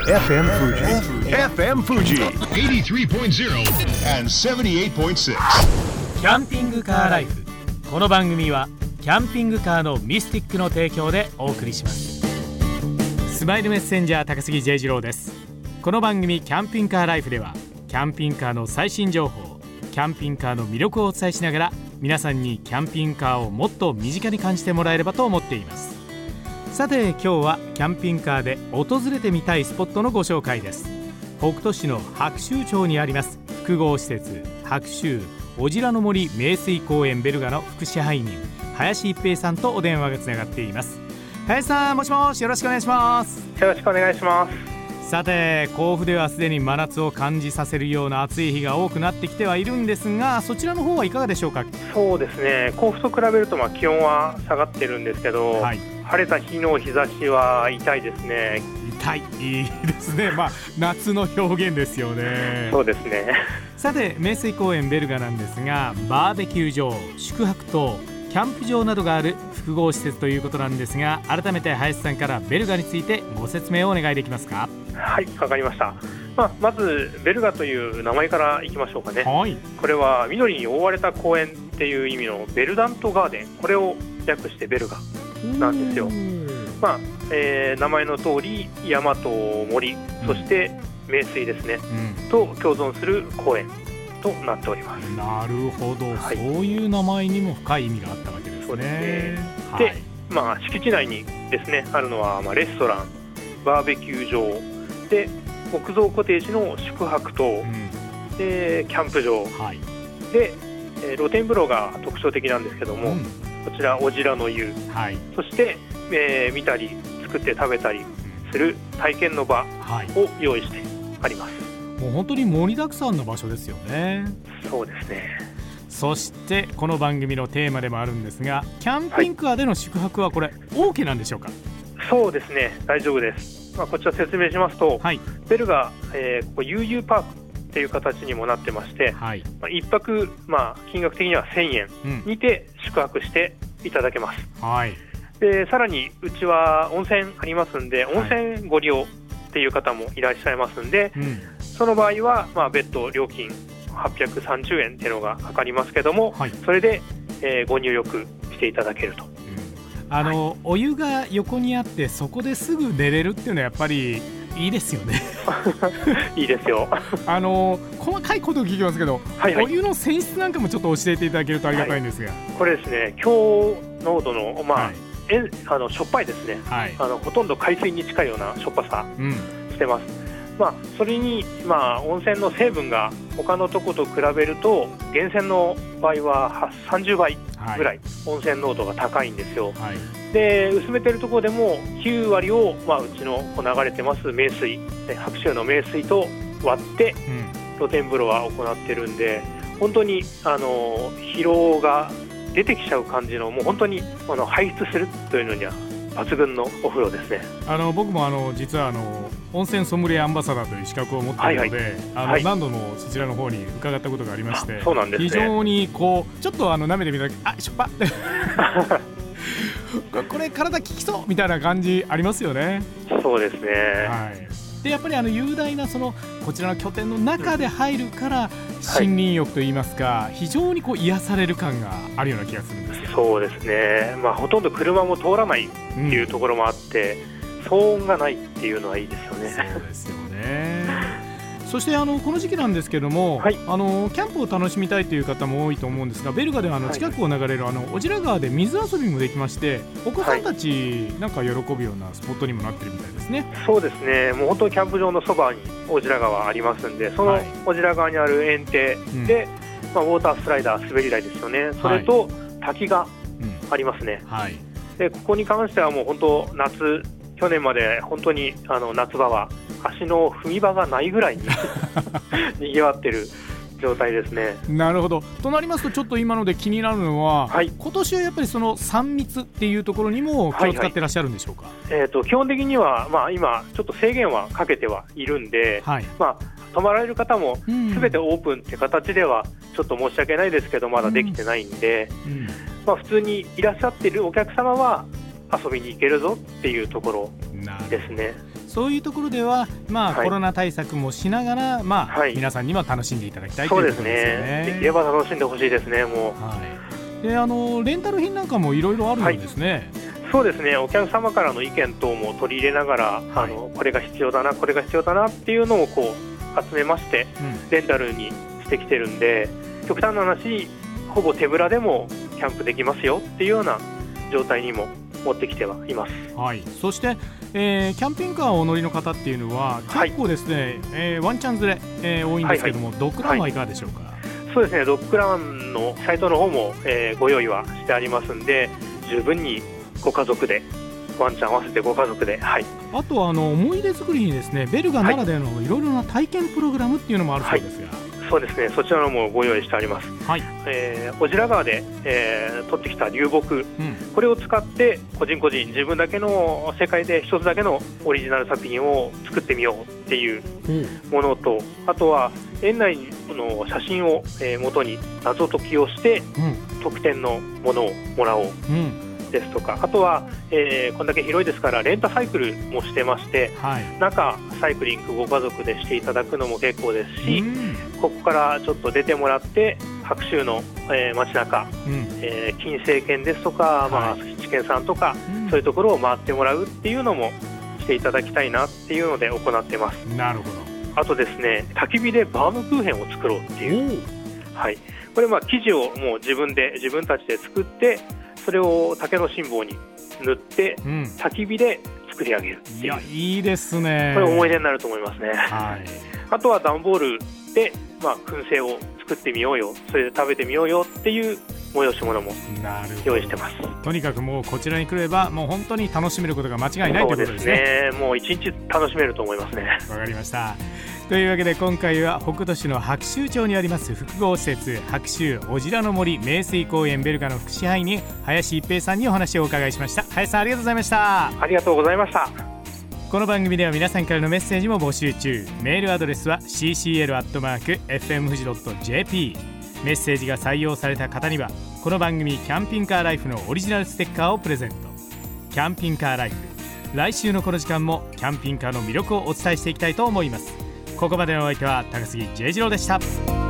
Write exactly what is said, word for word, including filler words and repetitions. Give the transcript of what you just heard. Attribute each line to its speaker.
Speaker 1: エフエム Fuji エフエム Fuji はちじゅうさんてんゼロ and ななじゅうはちてんろく
Speaker 2: キャンピングカーライフ。この番組はキャンピングカーのミスティックの提供でお送りします。スマイルメッセンジャー高杉 J 次郎です。この番組キャンピングカーライフではキャンピングカーの最新情報、キャンピングカーの魅力をお伝えしながら皆さんにキャンピングカーをもっと身近に感じてもらえればと思っています。さて今日はキャンピングカーで訪れてみたいスポットのご紹介です。北斗市の白州町にあります複合施設白州おじらの森名水公園ベルガの副支配人林一平さんとお電話がつながっています。林さん、もしもし、よろしくお願いします。
Speaker 3: よろしくお願いします。
Speaker 2: さて甲府ではすでに真夏を感じさせるような暑い日が多くなってきてはいるんですが、そちらの方はいかがでしょうか。
Speaker 3: そうですね、甲府と比べるとまあ気温は下がってるんですけど、はい、晴れた日の日差しは痛いですね。
Speaker 2: 痛い、いいですね。まあ夏の表現ですよね。
Speaker 3: そうですね。
Speaker 2: さて名水公園ベルガなんですが、バーベキュー場、宿泊棟、キャンプ場などがある複合施設ということなんですが、改めて林さんからベルガについてご説明をお願いできますか。
Speaker 3: はい、わかりました。まあ、まずベルガという名前からいきましょうかね。はい、これは緑に覆われた公園っていう意味のベルダントガーデン、これを略してベルガなんですよ。まあえー、名前の通り山と森、そして名水ですね、うん、と共存する公園となっております。
Speaker 2: なるほど、はい、そういう名前にも深い意味があったわけですね。
Speaker 3: そうですね。
Speaker 2: はい、
Speaker 3: で、まあ、敷地内にですねあるのは、まあ、レストラン、バーベキュー場で木造コテージの宿泊棟、うん、でキャンプ場、はい、で、えー、露天風呂が特徴的なんですけども、うん、こちらおじらの湯、はい、そして、えー、見たり作って食べたりする体験の場を用意してあります。
Speaker 2: はい、もう本当に盛りだくさんの場所ですよね。
Speaker 3: そうですね。
Speaker 2: そしてこの番組のテーマでもあるんですが、キャンピングカーでの宿泊はこれ OK なんでしょうか。
Speaker 3: そうですね、大丈夫です。まあ、こちら説明しますと、はい、ベルガ、えー、ここ悠々パークっていう形にもなってまして、はい、まあ、いっぱく、まあ、金額的にはせんえんにて宿泊していただけます。うん、はい、でさらにうちは温泉ありますんで、温泉ご利用っていう方もいらっしゃいますんで、はい、うん、その場合は、まあ、別途料金はっぴゃくさんじゅうえんっていうのがかかりますけども、はい、それで、えー、ご入浴していただけると。
Speaker 2: あの、はい、お湯が横にあってそこですぐ寝れるっていうのはやっぱりいいですよね。
Speaker 3: いいですよ。あ
Speaker 2: の細かいことを聞きますけど、はいはい、お湯の泉質なんかもちょっと教えていただけるとありがたいんですが。はい、
Speaker 3: これですね、強濃度の、まあはい、えあのしょっぱいですね。はい、あのほとんど海水に近いようなしょっぱさしてます。うん、まあ、それに、まあ、温泉の成分が他のとこと比べると源泉の場合はさんじゅうばいぐらい温泉濃度が高いんですよ。はい、で薄めてるところでもきゅうわりを、まあ、うちのこう流れてます名水、白州の名水と割って、うん、露天風呂は行ってるんで、本当にあの疲労が出てきちゃう感じの、もう本当にあの排出するというのには抜群のお風呂ですね。
Speaker 2: あの僕もあの実はあの温泉ソムリエアンバサダーという資格を持っているので、はいはい、あの、はい、何度もそちらの方に伺ったことがありまして、
Speaker 3: そうなんですね、
Speaker 2: 非常にこうちょっとあの舐めてみたら、あ、しょっぱこれ体効きそうみたいな感じありますよね。
Speaker 3: そうですね。
Speaker 2: はい、でやっぱりあの雄大なそのこちらの拠点の中で入るから、森林浴といいますか、はい、非常にこう癒される感があるような気がするんですよ。
Speaker 3: そうですね、まあ、ほとんど車も通らないっていうところもあって、うん、騒音がないっていうのはいいですよね。
Speaker 2: そうですよね。そしてあのこの時期なんですけども、はい、あのキャンプを楽しみたいという方も多いと思うんですが、ベルガではあの近くを流れるあのオジラ川で水遊びもできまして、お子さんたちなんか喜ぶようなスポットにもなってるみたいですね。
Speaker 3: はい、そうですね、もう本当にキャンプ場のそばにオジラ川ありますんで、そのオジラ川にある園庭で、うん、まあ、ウォータースライダー、滑り台ですよね、それと滝がありますね。はい、でここに関してはもう本当夏、去年まで本当にあの夏場は足の踏み場がないぐらいににぎわってる状態ですね。
Speaker 2: なるほど。となりますと、ちょっと今ので気になるのは、はい、今年はやっぱりそのさん密っていうところにも気を使ってらっしゃるんでしょうか。
Speaker 3: はいはい、えーと、基本的には、まあ、今ちょっと制限はかけてはいるんで、はい、まあ、泊まられる方も全てオープンって形ではちょっと申し訳ないですけど、まだできてないんで、うんうん、まあ、普通にいらっしゃっているお客様は遊びに行けるぞっていうところですね。
Speaker 2: そういうところでは、まあはい、コロナ対策もしながら、まあはい、皆さんにも楽しんでいただきたいということですよね。
Speaker 3: できれば楽しんでほしいですね。もう、
Speaker 2: はい、であのレンタル品なんかもいろいろあるんですね。はい、
Speaker 3: そうですね。お客様からの意見等も取り入れながら、はい、あのこれが必要だなこれが必要だなっていうのをこう集めまして、うん、レンタルにしてきてるんで、極端な話ほぼ手ぶらでもキャンプできますよっていうような状態にも持ってきてはいます。
Speaker 2: はい、そして、えー、キャンピングカーをお乗りの方っていうのは結構ですね、はい、えー、ワンチャン連れ、えー、多いんですけども、はいはい、ドッグランはいかがでしょうか。はい、
Speaker 3: そうですね。ドッグランのサイトの方も、えー、ご用意はしてありますんで、十分にご家族でワンちゃん合わせてご家族で、はい、
Speaker 2: あとはあの思い出作りにですねベルガならではのいろいろな体験プログラムっていうのもあるそうですが、はい、
Speaker 3: そうですね。そちらのもご用意してあります。はい、えー、小白川で、えー、取ってきた流木、うん、これを使って個人個人自分だけの世界で一つだけのオリジナル作品を作ってみようっていうものと、うん、あとは園内の写真を、えー、元に謎解きをして、うん、特典のものをもらおう、うんですとか、あとは、えー、こんだけ広いですからレンタサイクルもしてまして、はい、中サイクリングご家族でしていただくのも結構ですし、ここからちょっと出てもらって白州の、えー、街中、うん、えー、金星圏ですとか、まあ、七軒さんとか、うん、そういうところを回ってもらうっていうのもしていただきたいなっていうので行っています。
Speaker 2: なるほど。
Speaker 3: あとですね、焚き火でバームクーヘンを作ろうっていう、はい、これまあ生地をもう自分で自分たちで作ってそれを竹の辛抱に塗って、うん、焚き火で作り上げるっていう。い
Speaker 2: や、いいですね。
Speaker 3: これ思い出になると思いますね。
Speaker 2: はい、
Speaker 3: あとは段ボールで、まあ、燻製を作ってみようよ、それで食べてみようよっていう催し物も用意してます。
Speaker 2: とにかくもうこちらに来ればもう本当に楽しめることが間違いないということですね。
Speaker 3: そうですね。もう一日楽しめると思いますね。
Speaker 2: わかりました。というわけで今回は北斗市の白州町にあります複合施設白州おじらの森名水公園ベルガの副支配人林一平さんにお話をお伺いしました。林さん、ありがとうございました。
Speaker 3: ありがとうございました。
Speaker 2: この番組では皆さんからのメッセージも募集中。メールアドレスは シーシーエル アットマーク エフエム 富士 ドット ジェーピー。 メッセージが採用された方にはこの番組キャンピングカーライフのオリジナルステッカーをプレゼント。キャンピングカーライフ、来週のこの時間もキャンピングカーの魅力をお伝えしていきたいと思います。ここまでのお相手は高杉 J 次郎でした。